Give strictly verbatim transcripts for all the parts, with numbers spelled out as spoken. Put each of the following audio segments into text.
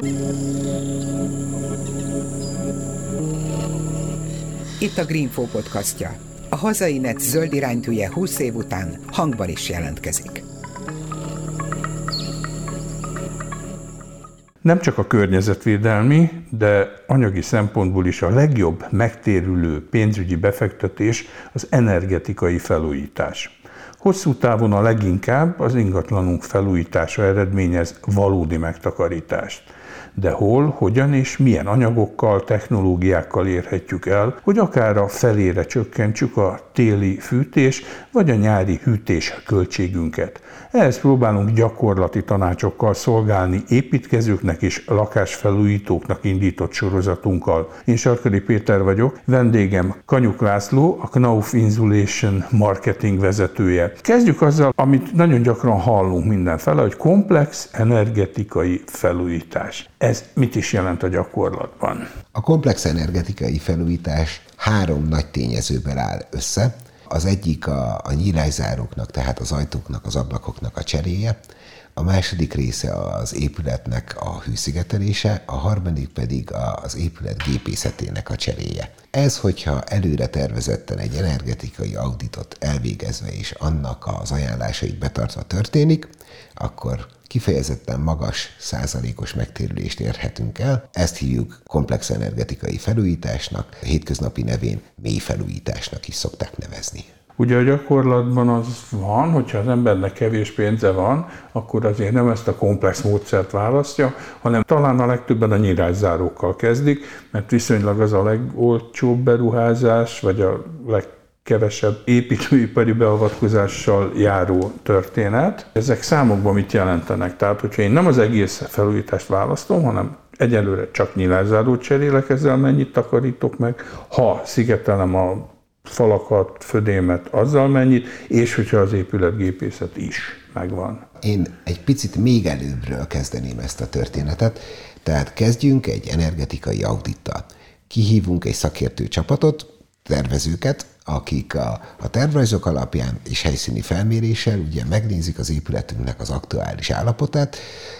Itt a Greenfo podcastja. A hazai net zöld iránytűje húsz év után hangban is jelentkezik. Nem csak a környezetvédelmi, de anyagi szempontból is a legjobb megtérülő pénzügyi befektetés az energetikai felújítás. Hosszú távon a leginkább az ingatlanunk felújítása eredményez valódi megtakarítást. De hol, hogyan és milyen anyagokkal, technológiákkal érhetjük el, hogy akár a felére csökkentsük a téli fűtés vagy a nyári hűtés költségünket. Ehhez próbálunk gyakorlati tanácsokkal szolgálni építkezőknek és lakásfelújítóknak indított sorozatunkkal. Én Sarkadi Péter vagyok, vendégem Kanyuk László, a Knauf Insulation marketing vezetője. Kezdjük azzal, amit nagyon gyakran hallunk mindenfele, hogy komplex energetikai felújítás. Ez mit is jelent a gyakorlatban? A komplex energetikai felújítás három nagy tényezőből áll össze. Az egyik a, a nyílászáróknak, tehát az ajtóknak, az ablakoknak a cseréje, a második része az épületnek a hőszigetelése, a harmadik pedig az épület gépészetének a cseréje. Ez, hogyha előre tervezetten egy energetikai auditot elvégezve és annak az ajánlásait betartva történik, akkor kifejezetten magas százalékos megtérülést érhetünk el. Ezt hívjuk komplex energetikai felújításnak, a hétköznapi nevén mély felújításnak is szokták nevezni. Ugye a gyakorlatban az van, hogyha az embernek kevés pénze van, akkor azért nem ezt a komplex módszert választja, hanem talán a legtöbben a nyílászárókkal kezdik, mert viszonylag az a legolcsóbb beruházás, vagy a legkevesebb építőipari beavatkozással járó történet. Ezek számokban mit jelentenek? Tehát, hogyha én nem az egész felújítást választom, hanem egyelőre csak nyílászárót cserélek, ezzel mennyit takarítok meg, ha szigetelem a falakat, födémet, azzal mennyit, és hogyha az épületgépészet is megvan. Én egy picit még előbbről kezdeném ezt a történetet, tehát kezdjünk egy energetikai audittal. Kihívunk egy szakértő csapatot, tervezőket, akik a, a tervrajzok alapján és helyszíni felméréssel ugye megnézik az épületünknek az aktuális állapotát,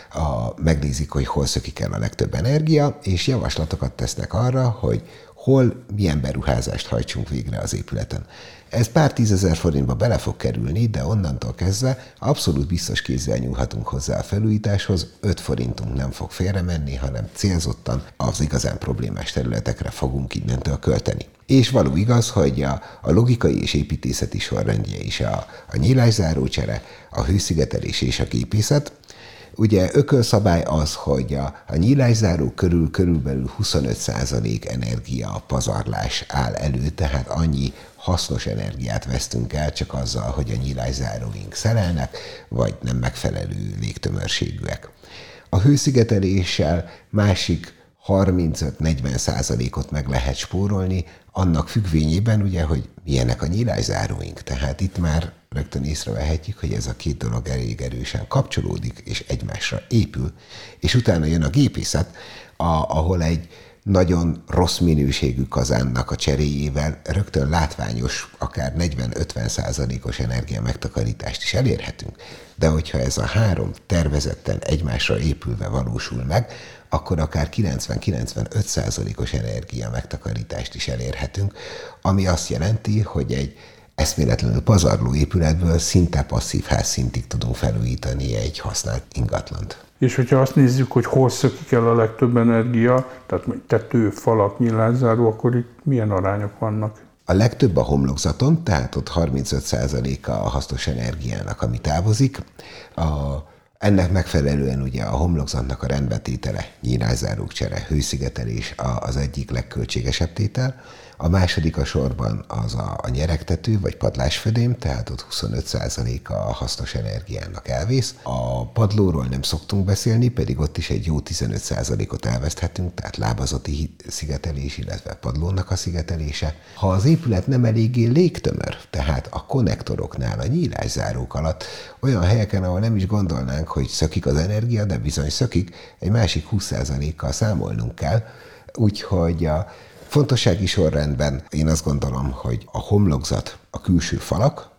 a, megnézik, hogy hol szökik el a legtöbb energia, és javaslatokat tesznek arra, hogy hol milyen beruházást hajtsunk végre az épületen. Ez pár tízezer forintba bele fog kerülni, de onnantól kezdve abszolút biztos kézzel nyúlhatunk hozzá a felújításhoz, öt forintunk nem fog félremenni, hanem célzottan az igazán problémás területekre fogunk innentől költeni. És való igaz, hogy a, a logikai és építészeti sorrendje is a, a nyílászárócsere, a hőszigetelés és a gépészet. Ugye ökölszabály az, hogy a, a nyílászáró körül körülbelül huszonöt százalék energia pazarlás áll elő, tehát annyi hasznos energiát vesztünk el csak azzal, hogy a nyílászáróink szelelnek, vagy nem megfelelő légtömörségűek. A hőszigeteléssel másik harmincöt-negyven százalékot meg lehet spórolni, annak függvényében ugye, hogy milyenek a nyílászáróink. Tehát itt már rögtön észrevehetjük, hogy ez a két dolog elég erősen kapcsolódik, és egymásra épül, és utána jön a gépészet, a, ahol egy nagyon rossz minőségű kazánnak a cseréjével rögtön látványos, akár negyven-ötven százalékos energia megtakarítást is elérhetünk. De hogyha ez a három tervezetten egymásra épülve valósul meg, akkor akár kilencven-kilencvenöt százalékos energia megtakarítást is elérhetünk, ami azt jelenti, hogy egy eszméletlenül pazarló épületből szinte passzív házszintig tudunk felújítani egy használt ingatlant. És hogyha azt nézzük, hogy hol szökik el a legtöbb energia, tehát tető, falak, nyílászáró, akkor itt milyen arányok vannak? A legtöbb a homlokzaton, tehát ott harmincöt százaléka a hasznos energiának, ami távozik. A, ennek megfelelően ugye a homlokzatnak a rendbetétele, nyílászárók csere, hőszigetelés az egyik legköltségesebb tétel. A második a sorban az a, a nyeregtető vagy padlásfödém, tehát ott huszonöt százaléka a hasznos energiának elvész. A padlóról nem szoktunk beszélni, pedig ott is egy jó tizenöt százalékot elveszthetünk, tehát lábazati szigetelés, illetve padlónak a szigetelése. Ha az épület nem eléggé légtömör, tehát a konnektoroknál, a nyílászárók alatt, olyan helyeken, ahol nem is gondolnánk, hogy szökik az energia, de bizony szökik, egy másik húsz százalékkal számolnunk kell, úgyhogy a fontossági sorrendben én azt gondolom, hogy a homlokzat, a külső falak,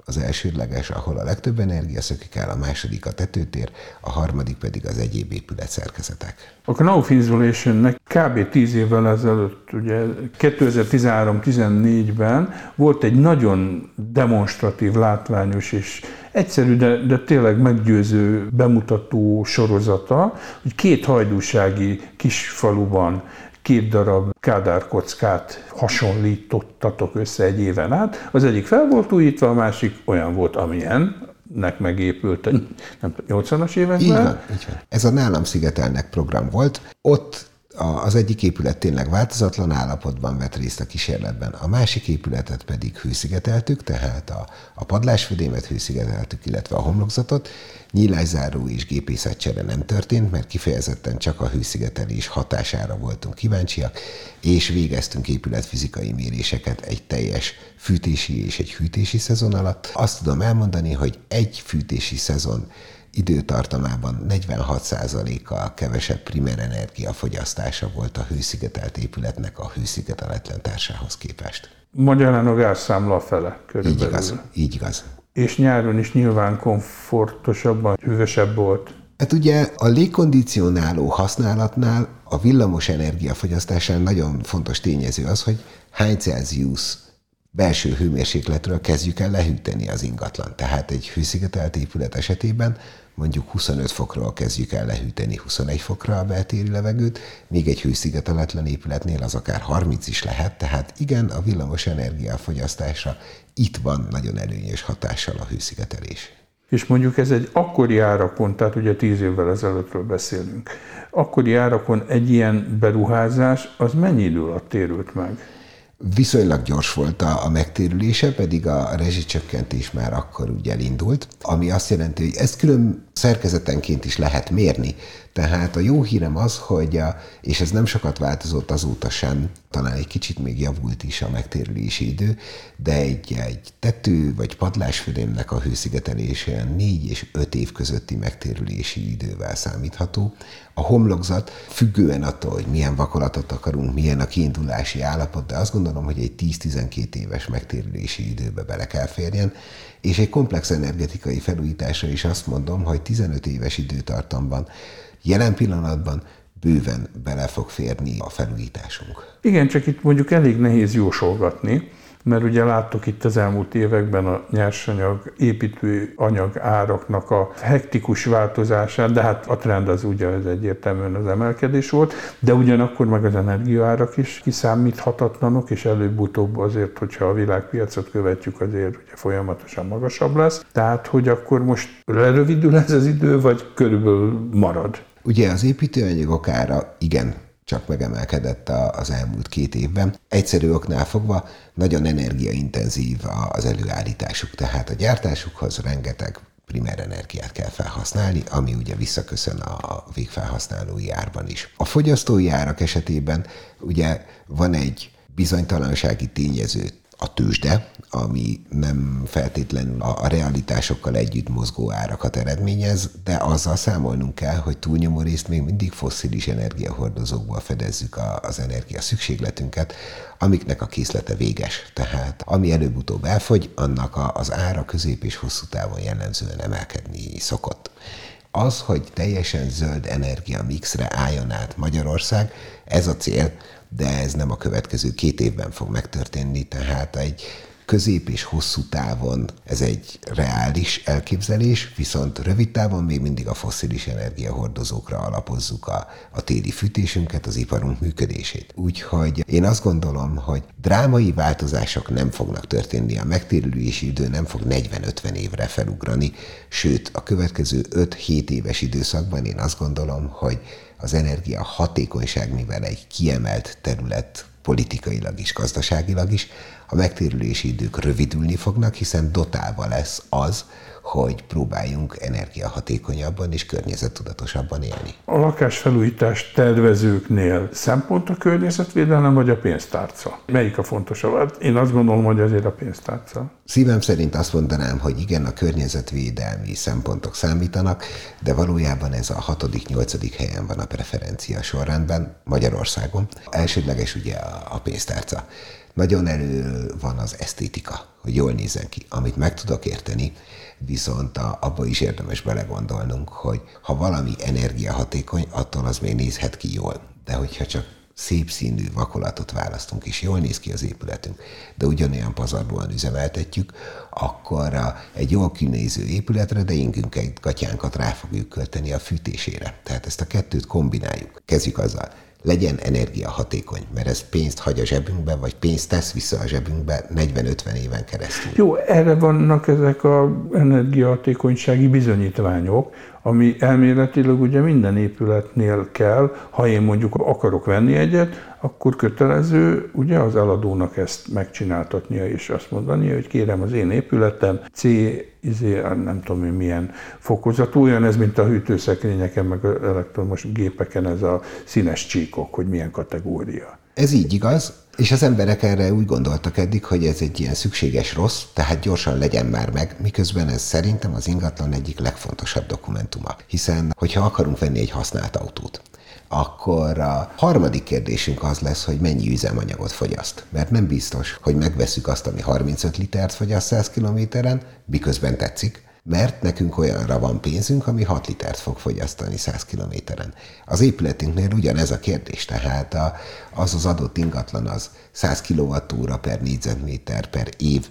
az elsődleges, ahol a legtöbb energia szökik el, a második a tetőtér, a harmadik pedig az egyéb épületszerkezetek. A Knauf Insulationnek kb. tíz évvel ezelőtt, ugye kétezer-tizenhárom tizennégyben volt egy nagyon demonstratív, látványos és egyszerű, de, de tényleg meggyőző bemutató sorozata, hogy két hajdúsági kisfaluban két darab kádárkockát hasonlítottatok össze egy éven át. Az egyik fel volt újítva, a másik olyan volt, amilyennek megépült nem nyolcvanas években. Így van, így van. Ez a Nálam szigetelnek program volt. Ott az egyik épület tényleg változatlan állapotban vett részt a kísérletben, a másik épületet pedig hőszigeteltük, tehát a, a padlásfödémet hőszigeteltük, illetve a homlokzatot. Nyílászáró és gépészetcsere nem történt, mert kifejezetten csak a hőszigetelés hatására voltunk kíváncsiak, és végeztünk épületfizikai méréseket egy teljes fűtési és egy hűtési szezon alatt. Azt tudom elmondani, hogy egy fűtési szezon időtartamában negyvenhat százalékkal kevesebb primer energiafogyasztása volt a hőszigetelt épületnek a hőszigeteletlen társához képest. Magyarán a gázszámla fele körülbelül. Így igaz, így igaz. És nyáron is nyilván komfortosabban, hűvösebb volt. Hát ugye a légkondicionáló használatnál a villamos energiafogyasztásán nagyon fontos tényező az, hogy hány Celsius belső hőmérsékletről kezdjük el lehűteni az ingatlan. Tehát egy hőszigetelt épület esetében mondjuk huszonöt fokról kezdjük el lehűteni huszonegy fokra a beltéri levegőt, még egy hőszigeteletlen épületnél az akár harminc is lehet, tehát igen, a villamos energiafogyasztásra itt van nagyon előnyös hatással a hőszigetelés. És mondjuk ez egy akkori árakon, tehát ugye tíz évvel ezelőttről beszélünk, akkori árakon egy ilyen beruházás, az mennyi idő alatt térült meg? Viszonylag gyors volt a, a megtérülése, pedig a rezsicsökkentés már akkor ugye elindult, ami azt jelenti, hogy ezt külön szerkezetenként is lehet mérni. Tehát a jó hírem az, hogy, a, és ez nem sokat változott azóta sem, talán egy kicsit még javult is a megtérülési idő, de egy, egy tető vagy padlásfödémnek a hőszigetelése négy és öt év közötti megtérülési idővel számítható. A homlokzat függően attól, hogy milyen vakolatot akarunk, milyen a kiindulási állapot, de azt gondolom, hogy egy tíz-tizenkét éves megtérülési időbe bele kell férjen, és egy komplex energetikai felújításra is azt mondom, hogy tizenöt éves időtartamban jelen pillanatban bőven bele fog férni a felújításunk. Igen, csak itt mondjuk elég nehéz jósolgatni, mert ugye láttuk itt az elmúlt években a nyersanyag, építőanyag áraknak a hektikus változását, de hát a trend az ugye ez egyértelműen az emelkedés volt, de ugyanakkor meg az energiaárak is kiszámíthatatlanok, és előbb-utóbb azért, hogyha a világpiacot követjük, azért ugye folyamatosan magasabb lesz. Tehát, hogy akkor most lerövidül ez az idő, vagy körülbelül marad? Ugye az építőanyagok ára igen, csak megemelkedett az elmúlt két évben. Egyszerű oknál fogva nagyon energiaintenzív az előállításuk, tehát a gyártásukhoz rengeteg primer energiát kell felhasználni, ami ugye visszaköszön a végfelhasználói árban is. A fogyasztói árak esetében ugye van egy bizonytalansági tényező, a tőzsde, ami nem feltétlenül a realitásokkal együtt mozgó árakat eredményez, de azzal számolnunk kell, hogy túlnyomó részt még mindig fosszilis energiahordozókból fedezzük az energia szükségletünket, amiknek a készlete véges. Tehát ami előbb-utóbb elfogy, annak az ára közép és hosszú távon jellemzően emelkedni szokott. Az, hogy teljesen zöld energia mixre álljon át Magyarország, ez a cél, de ez nem a következő két évben fog megtörténni, tehát egy közép és hosszú távon ez egy reális elképzelés, viszont rövid távon még mindig a fosszilis energiahordozókra alapozzuk a, a téli fűtésünket, az iparunk működését. Úgyhogy én azt gondolom, hogy drámai változások nem fognak történni, a megtérülési idő nem fog negyven-ötven évre felugrani, sőt a következő öt-hét éves időszakban én azt gondolom, hogy az energia hatékonyság, mivel egy kiemelt terület politikailag is, gazdaságilag is, a megtérülési idők rövidülni fognak, hiszen dotálva lesz az, hogy próbáljunk energiahatékonyabban és környezettudatosabban élni. A lakásfelújítás tervezőknél szempont a környezetvédelem vagy a pénztárca? Melyik a fontosabb? Hát én azt gondolom, hogy azért a pénztárca. Szívem szerint azt mondanám, hogy igen, a környezetvédelmi szempontok számítanak, de valójában ez a hatodik-nyolcadik helyen van a preferencia sorrendben Magyarországon. Elsődleges ugye a pénztárca. Nagyon elő van az esztétika, hogy jól nézzen ki, amit meg tudok érteni, viszont a, abba is érdemes belegondolnunk, hogy ha valami energiahatékony, attól az még nézhet ki jól. De hogyha csak szép színű vakolatot választunk, és jól néz ki az épületünk, de ugyanolyan pazarlóan üzemeltetjük, akkor a, egy jól kinéző épületre, de ingünk egy gatyánkat rá fogjuk költeni a fűtésére. Tehát ezt a kettőt kombináljuk. Kezdjük azzal. Legyen energiahatékony, mert ez pénzt hagy a zsebünkbe, vagy pénzt tesz vissza a zsebünkbe negyven-ötven éven keresztül. Jó, erre vannak ezek az energiahatékonysági bizonyítványok, ami elméletileg ugye minden épületnél kell, ha én mondjuk akarok venni egyet, akkor kötelező ugye az eladónak ezt megcsináltatnia és azt mondania, hogy kérem az én épületem C, izé, nem tudom én milyen fokozatú, olyan ez, mint a hűtőszekrényeken, meg az elektromos gépeken ez a színes csíkok, hogy milyen kategória. Ez így igaz, és az emberek erre úgy gondoltak eddig, hogy ez egy ilyen szükséges rossz, tehát gyorsan legyen már meg, miközben ez szerintem az ingatlan egyik legfontosabb dokumentuma. Hiszen, hogyha akarunk venni egy használt autót, akkor a harmadik kérdésünk az lesz, hogy mennyi üzemanyagot fogyaszt. Mert nem biztos, hogy megvesszük azt, ami harmincöt litert fogyaszt száz kilométeren, miközben tetszik, mert nekünk olyanra van pénzünk, ami hat litert fog fogyasztani száz kilométeren. Az épületünknél ugyanez a kérdés, tehát a, az az adott ingatlan az száz kilowattúra per négyzetméter per év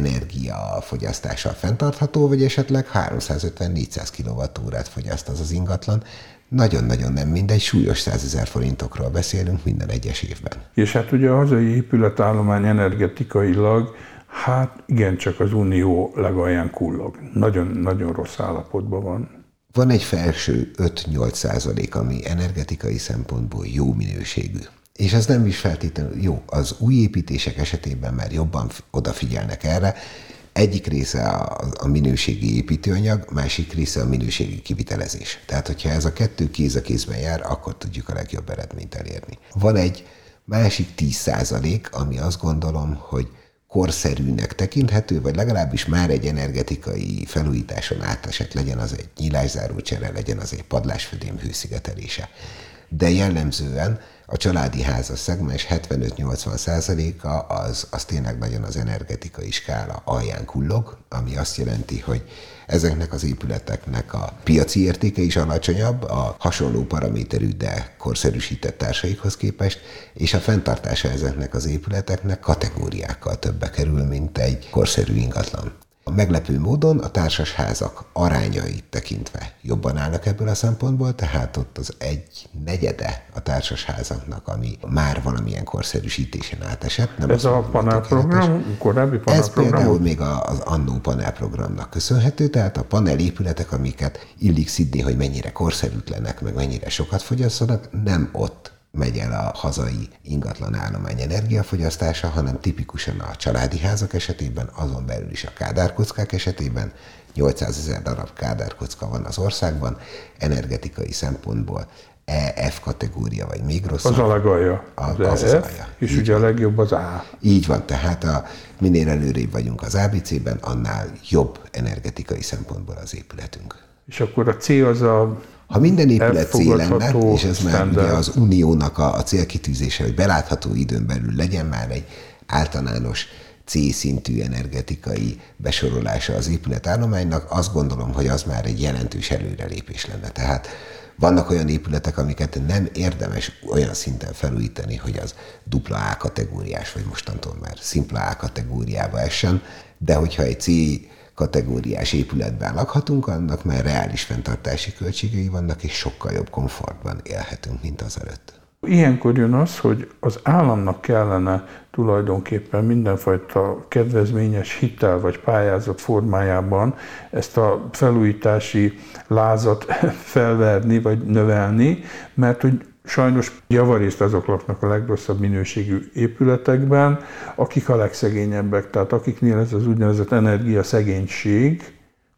energiafogyasztással fenntartható, vagy esetleg háromszázötven-négyszáz kilowattúrát fogyaszt az az ingatlan. Nagyon-nagyon nem mindegy, súlyos százezer forintokról beszélünk minden egyes évben. És hát ugye a hazai épületállomány energetikailag hát igencsak az Unió legalján kullog. Nagyon-nagyon rossz állapotban van. Van egy felső öt-nyolc százalék, ami energetikai szempontból jó minőségű. És ez nem is feltétlenül jó. Az új építések esetében már jobban odafigyelnek erre. Egyik része a, a minőségi építőanyag, másik része a minőségi kivitelezés. Tehát, hogyha ez a kettő kéz a kézben jár, akkor tudjuk a legjobb eredményt elérni. Van egy másik tíz százalék, ami azt gondolom, hogy korszerűnek tekinthető, vagy legalábbis már egy energetikai felújításon átesett, legyen az egy nyílászáró csere, legyen az egy padlásfödém hőszigetelése. De jellemzően a családi házas szegmens hetvenöt-nyolcvan százaléka az, az tényleg nagyon az energetikai skála alján kullog, ami azt jelenti, hogy ezeknek az épületeknek a piaci értéke is alacsonyabb, a hasonló paraméterű, de korszerűsített társaikhoz képest, és a fenntartása ezeknek az épületeknek kategóriákkal többe kerül, mint egy korszerű ingatlan. A meglepő módon a társasházak arányait tekintve jobban állnak ebből a szempontból, tehát ott az egy negyede a társasházaknak, ami már valamilyen korszerűsítésen átesett. Nem Ez a panelprogram, korábbi panelprogram? Ez például még az annó panelprogramnak köszönhető, tehát a panelépületek, amiket illik szidni, hogy mennyire korszerűtlenek, meg mennyire sokat fogyasszanak, nem ott megy el a hazai ingatlan állomány energiafogyasztása, hanem tipikusan a családi házak esetében, azon belül is a kádárkockák esetében. nyolcszázezer darab kádárkocka van az országban, energetikai szempontból E F kategória, vagy még rosszabb. Az a legalja. Az, az, az, az alja. És így ugye van. A legjobb az A. Így van, tehát a, minél előrébb vagyunk az á bé cében, annál jobb energetikai szempontból az épületünk. És akkor a C az a Ha minden épület C lenne, és ez már ugye az uniónak a, a célkitűzése, hogy belátható időn belül legyen már egy általános C szintű energetikai besorolása az épületállománynak, azt gondolom, hogy az már egy jelentős előrelépés lenne. Tehát vannak olyan épületek, amiket nem érdemes olyan szinten felújítani, hogy az dupla A kategóriás, vagy mostantól már szimpla A kategóriába essen, de hogyha egy C kategóriás épületben lakhatunk, annak már reális fenntartási költségei vannak, és sokkal jobb komfortban élhetünk, mint azelőtt. Ilyenkor jön az, hogy az államnak kellene tulajdonképpen mindenfajta kedvezményes hitel vagy pályázat formájában ezt a felújítási lázat felverni vagy növelni, mert hogy sajnos javarészt azok laknak a legrosszabb minőségű épületekben, akik a legszegényebbek, tehát akiknél ez az úgynevezett energiaszegénység,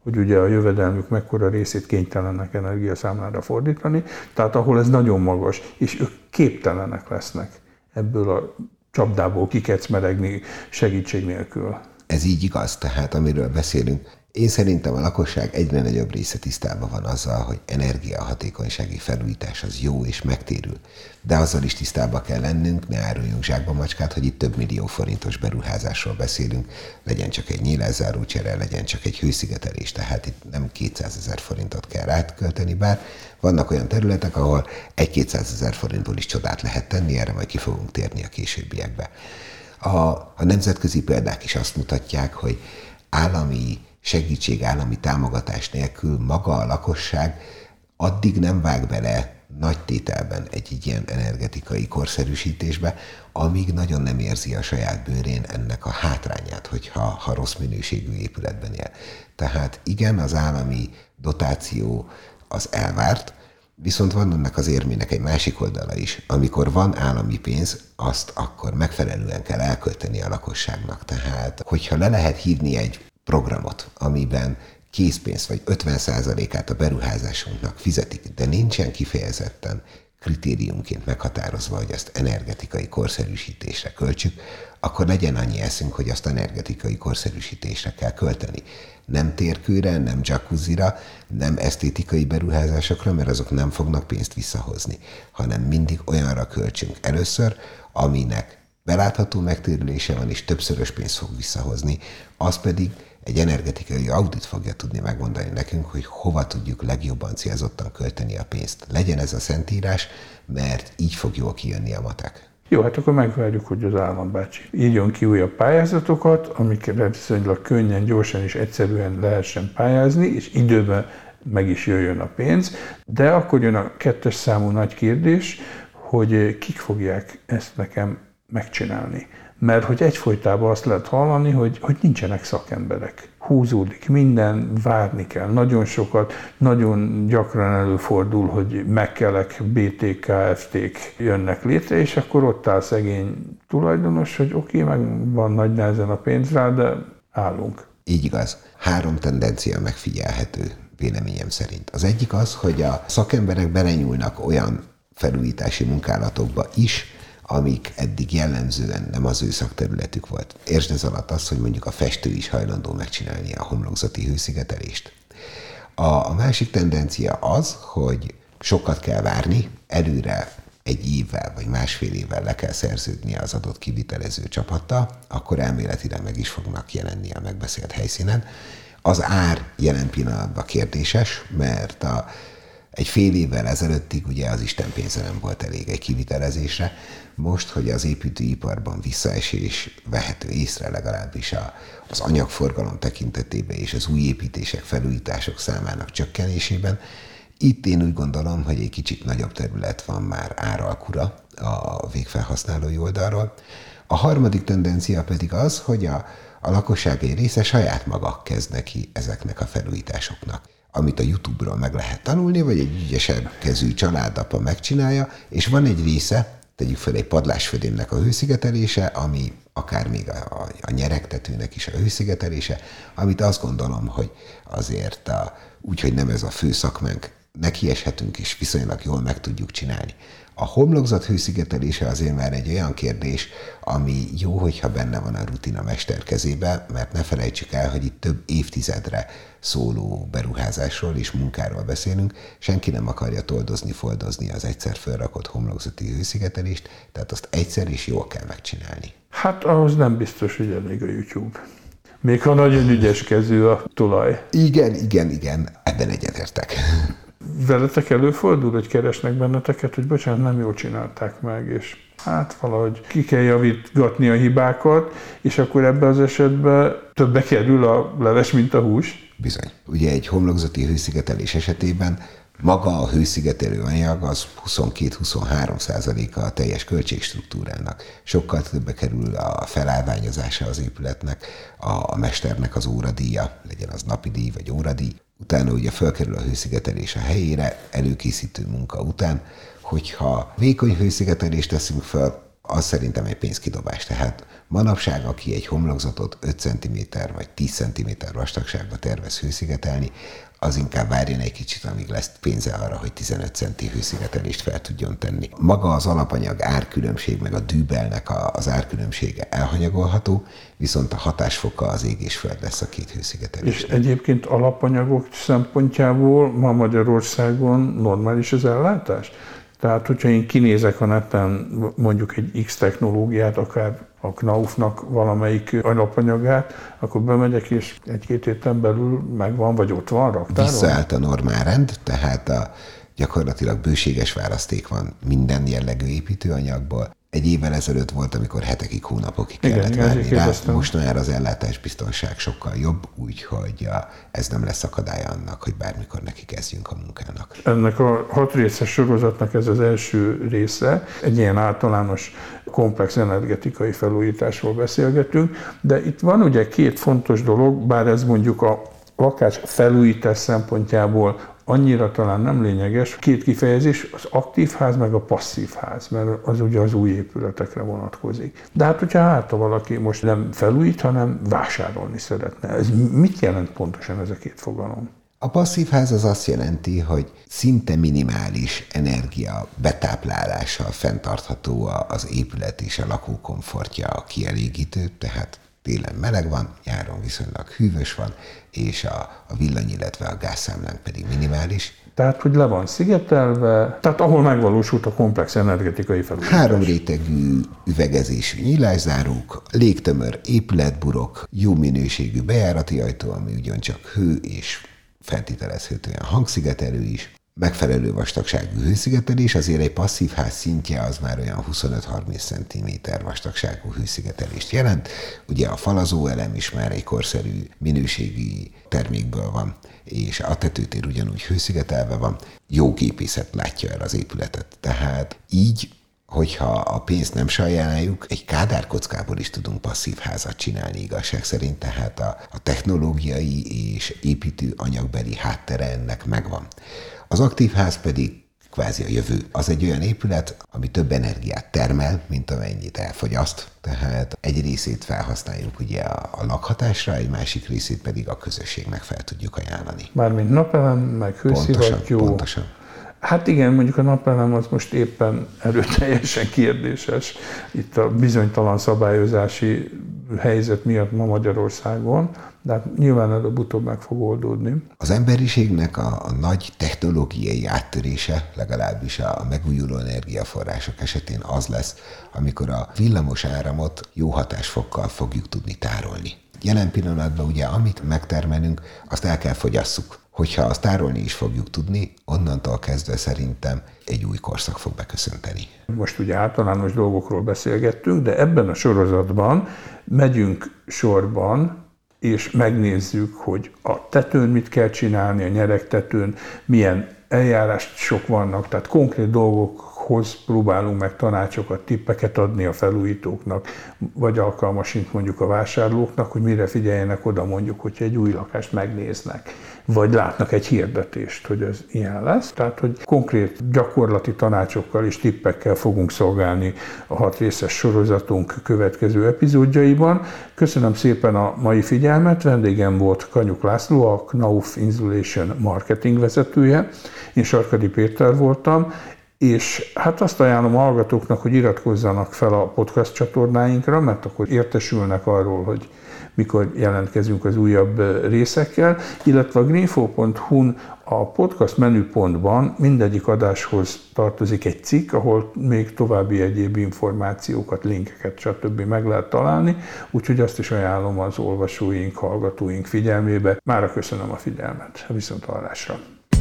hogy ugye a jövedelmük mekkora részét kénytelenek energiaszámlára fordítani, tehát ahol ez nagyon magas, és ők képtelenek lesznek ebből a csapdából kikecmeregni segítség nélkül. Ez így igaz, tehát amiről beszélünk. Én szerintem a lakosság egyre nagyobb része tisztában van azzal, hogy energiahatékonysági felújítás az jó és megtérül. De azzal is tisztában kell lennünk, ne áruljunk zsákba macskát, hogy itt több millió forintos beruházásról beszélünk, legyen csak egy nyílászáró csere, legyen csak egy hőszigetelés, tehát itt nem kétszázezer forintot kell átkölteni, bár vannak olyan területek, ahol egy-kétszázezer forintból is csodát lehet tenni, erre majd ki fogunk térni a későbbiekbe. A, a nemzetközi példák is azt mutatják, hogy állami segítség, állami támogatás nélkül maga a lakosság addig nem vág bele nagy tételben egy ilyen energetikai korszerűsítésbe, amíg nagyon nem érzi a saját bőrén ennek a hátrányát, hogyha ha rossz minőségű épületben él. Tehát igen, az állami dotáció az elvárt, viszont van ennek az érmének egy másik oldala is. Amikor van állami pénz, azt akkor megfelelően kell elkölteni a lakosságnak. Tehát, hogyha le lehet hívni egy programot, amiben készpénz vagy ötven százalékát a beruházásunknak fizetik, de nincsen kifejezetten kritériumként meghatározva, hogy azt energetikai korszerűsítésre költsük, akkor legyen annyi eszünk, hogy azt energetikai korszerűsítésre kell költeni. Nem térkőre, nem jacuzzira, nem esztétikai beruházásokra, mert azok nem fognak pénzt visszahozni, hanem mindig olyanra költsünk először, aminek belátható megtérülése van, és többszörös pénzt fog visszahozni, az pedig egy energetikai audit fogja tudni megmondani nekünk, hogy hova tudjuk legjobban célzottan költeni a pénzt. Legyen ez a szentírás, mert így fog jól kijönni a matek. Jó, hát akkor megvárjuk, hogy az állambácsi írjon ki újabb pályázatokat, amikre viszonylag könnyen, gyorsan és egyszerűen lehessen pályázni, és időben meg is jöjjön a pénz. De akkor jön a kettes számú nagy kérdés, hogy kik fogják ezt nekem megcsinálni. Mert hogy egyfolytában azt lehet hallani, hogy, hogy nincsenek szakemberek. Húzódik minden, várni kell nagyon sokat, nagyon gyakran előfordul, hogy megkelek, bé té ká ef té-k jönnek létre, és akkor ott áll szegény tulajdonos, hogy oké, okay, meg van nagy nehezen a pénz rá, de állunk. Így igaz. Három tendencia megfigyelhető véleményem szerint. Az egyik az, hogy a szakemberek belenyúlnak olyan felújítási munkálatokba is, amik eddig jellemzően nem az ő szakterületük volt. Értsd ez alatt azt, hogy mondjuk a festő is hajlandó megcsinálni a homlokzati hőszigetelést. A, a másik tendencia az, hogy sokat kell várni, előre egy évvel vagy másfél évvel le kell szerződni az adott kivitelező csapattal, akkor elméletileg meg is fognak jelenni a megbeszélt helyszínen. Az ár jelen pillanatban kérdéses, mert a Egy fél évvel ezelőttig ugye az Isten pénze nem volt elég egy kivitelezésre. Most, hogy az építőiparban visszaesés vehető észre legalábbis a, az anyagforgalom tekintetében és az új építések, felújítások számának csökkenésében, itt én úgy gondolom, hogy egy kicsit nagyobb terület van már áralkura a végfelhasználói oldalról. A harmadik tendencia pedig az, hogy a, a lakosság egy része saját maga kezd neki ezeknek a felújításoknak, amit a YouTube-ról meg lehet tanulni, vagy egy ügyesebb kezű családapa megcsinálja, és van egy része, tegyük fel egy padlásfödémnek a hőszigetelése, ami akár még a, a, a nyeregtetőnek is a hőszigetelése, amit azt gondolom, hogy azért a, úgy, hogy nem ez a fő szakmánk, nekieshetünk és viszonylag jól meg tudjuk csinálni. A homlokzat hőszigetelése azért már egy olyan kérdés, ami jó, hogyha benne van a rutin a mester kezébe, mert ne felejtsük el, hogy itt több évtizedre szóló beruházásról és munkáról beszélünk. Senki nem akarja toldozni, foldozni az egyszer felrakott homlokzati hőszigetelést, tehát azt egyszer is jól kell megcsinálni. Hát ahhoz nem biztos, hogy elég a YouTube. Még ha nagyon ügyes kezű a tulaj. Igen, igen, igen, ebben egyetértek. Veletek előfordul, hogy keresnek benneteket, hogy bocsánat, nem jól csinálták meg, és hát valahogy ki kell javítgatni a hibákat, és akkor ebben az esetben többe kerül a leves, mint a hús? Bizony. Ugye egy homlokzati hőszigetelés esetében maga a hőszigetelő anyag az huszonkettő-huszonhárom százaléka a teljes költségstruktúrának. Sokkal többe kerül a felállványozása az épületnek, a mesternek az óradíja, legyen az napi díj vagy óradíj. Utána ugye felkerül a hőszigetelés a helyére, előkészítő munka után. Hogyha vékony hőszigetelést teszünk fel, az szerintem egy pénzkidobás. Tehát manapság, aki egy homlokzatot öt centiméter vagy tíz centiméter vastagságba tervez hőszigetelni, az inkább várjon egy kicsit, amíg lesz pénze arra, hogy tizenöt centi hőszigetelést fel tudjon tenni. Maga az alapanyag árkülönbség, meg a dűbelnek az árkülönbsége elhanyagolható, viszont a hatásfoka az ég és föld lesz a két hőszigetelés. És egyébként alapanyagok szempontjából ma Magyarországon normális az ellátás? Tehát, hogyha én kinézek a neten mondjuk egy X technológiát, akár a Knaufnak valamelyik alapanyagát, akkor bemegyek, és egy-két héten belül megvan, vagy ott van raktáron? Visszaállt a normálrend, tehát a, gyakorlatilag bőséges választék van minden jellegű építőanyagból. Egy évvel ezelőtt volt, amikor hetekig, hónapokig kellett igen, várni rá. Most már az ellátásbiztonság sokkal jobb, úgyhogy ez nem lesz akadálya annak, hogy bármikor neki kezdjünk a munkának. Ennek a hat részes sorozatnak ez az első része. Egy ilyen általános, komplex energetikai felújításról beszélgetünk, de itt van ugye két fontos dolog, bár ez mondjuk a lakás felújítás szempontjából annyira talán nem lényeges. Két kifejezés, az aktív ház meg a passzív ház, mert az ugye az új épületekre vonatkozik. De hát, hogyha hát valaki most nem felújít, hanem vásárolni szeretne. Ez mit jelent pontosan ez a két fogalom? A passzív ház az azt jelenti, hogy szinte minimális energia betáplálással fenntartható az épület és a lakókomfortja a kielégítő, tehát télen meleg van, nyáron viszonylag hűvös van, és a, a villany, illetve a gázszámlánk pedig minimális. Tehát, hogy le van szigetelve, tehát ahol megvalósult a komplex energetikai felújítás. Három rétegű üvegezésű nyílászárók, légtömör épületburok, jó minőségű bejárati ajtó, ami ugyancsak hő és feltételezhetően hangszigetelő is, megfelelő vastagságú hőszigetelés, azért egy passzív ház szintje az már olyan huszonöt-harminc centiméter vastagságú hőszigetelést jelent. Ugye a falazó elem is már egy korszerű minőségi termékből van, és a tetőtér ugyanúgy hőszigetelve van. Jó gépészet látja el az épületet. Tehát így, hogyha a pénzt nem sajnáljuk, egy kádárkockából is tudunk passzív házat csinálni igazság szerint, tehát a, a technológiai és építő anyagbeli háttere ennek megvan. Az aktív ház pedig kvázi a jövő. Az egy olyan épület, ami több energiát termel, mint amennyit elfogyaszt. Tehát egy részét felhasználjuk ugye a, a lakhatásra, egy másik részét pedig a közösségnek fel tudjuk ajánlani. Mármint napelem, meg hőszivattyú. Pontosan, pontosan. Hát igen, mondjuk a napelem az most éppen erőteljesen kérdéses. Itt a bizonytalan szabályozási helyzet miatt ma Magyarországon, de hát nyilván előbb-utóbb meg fog oldódni. Az emberiségnek a, a nagy technológiai áttörése, legalábbis a megújuló energiaforrások esetén az lesz, amikor a villamos áramot jó hatásfokkal fogjuk tudni tárolni. Jelen pillanatban ugye, amit megtermelünk, azt el kell fogyasszuk. Hogyha azt tárolni is fogjuk tudni, onnantól kezdve szerintem egy új korszak fog beköszönteni. Most ugye általános dolgokról beszélgettünk, de ebben a sorozatban megyünk sorban, és megnézzük, hogy a tetőn mit kell csinálni, a nyeregtetőn milyen eljárások vannak, tehát konkrét dolgokhoz próbálunk meg tanácsokat, tippeket adni a felújítóknak, vagy alkalmasint mondjuk a vásárlóknak, hogy mire figyeljenek oda mondjuk, hogyha egy új lakást megnéznek, vagy látnak egy hirdetést, hogy ez ilyen lesz. Tehát, hogy konkrét gyakorlati tanácsokkal és tippekkel fogunk szolgálni a hat részes sorozatunk következő epizódjaiban. Köszönöm szépen a mai figyelmet, vendégem volt Kanyuk László, a Knauf Insulation marketing vezetője, én Sarkadi Péter voltam, és hát azt ajánlom a hallgatóknak, hogy iratkozzanak fel a podcast csatornáinkra, mert akkor értesülnek arról, hogy mikor jelentkezünk az újabb részekkel, illetve a greenfo pont hu-n a podcast menüpontban mindegyik adáshoz tartozik egy cikk, ahol még további egyéb információkat, linkeket, stb. Meg lehet találni, úgyhogy azt is ajánlom az olvasóink, hallgatóink figyelmébe. Mára köszönöm a figyelmet, viszonthallásra!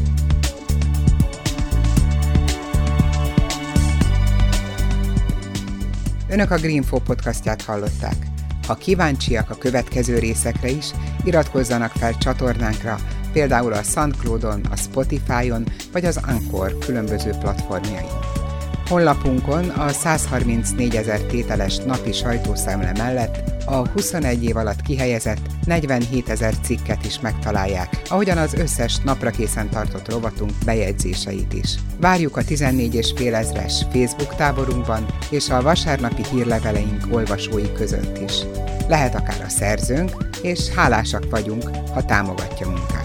Önök a Greenfo podcastját hallották. Ha kíváncsiak a következő részekre is, iratkozzanak fel csatornánkra, például a SoundCloudon, a Spotify-on vagy az Anchor különböző platformjain. Honlapunkon a százharmincnégy ezer tételes napi sajtószemle mellett a huszonegy év alatt kihelyezett negyvenhét ezer cikket is megtalálják, ahogyan az összes napra készen tartott rovatunk bejegyzéseit is. Várjuk a tizennégy és fél ezres Facebook táborunkban és a vasárnapi hírleveleink olvasói között is. Lehet akár a szerzőnk, és hálásak vagyunk, ha támogatja munkát.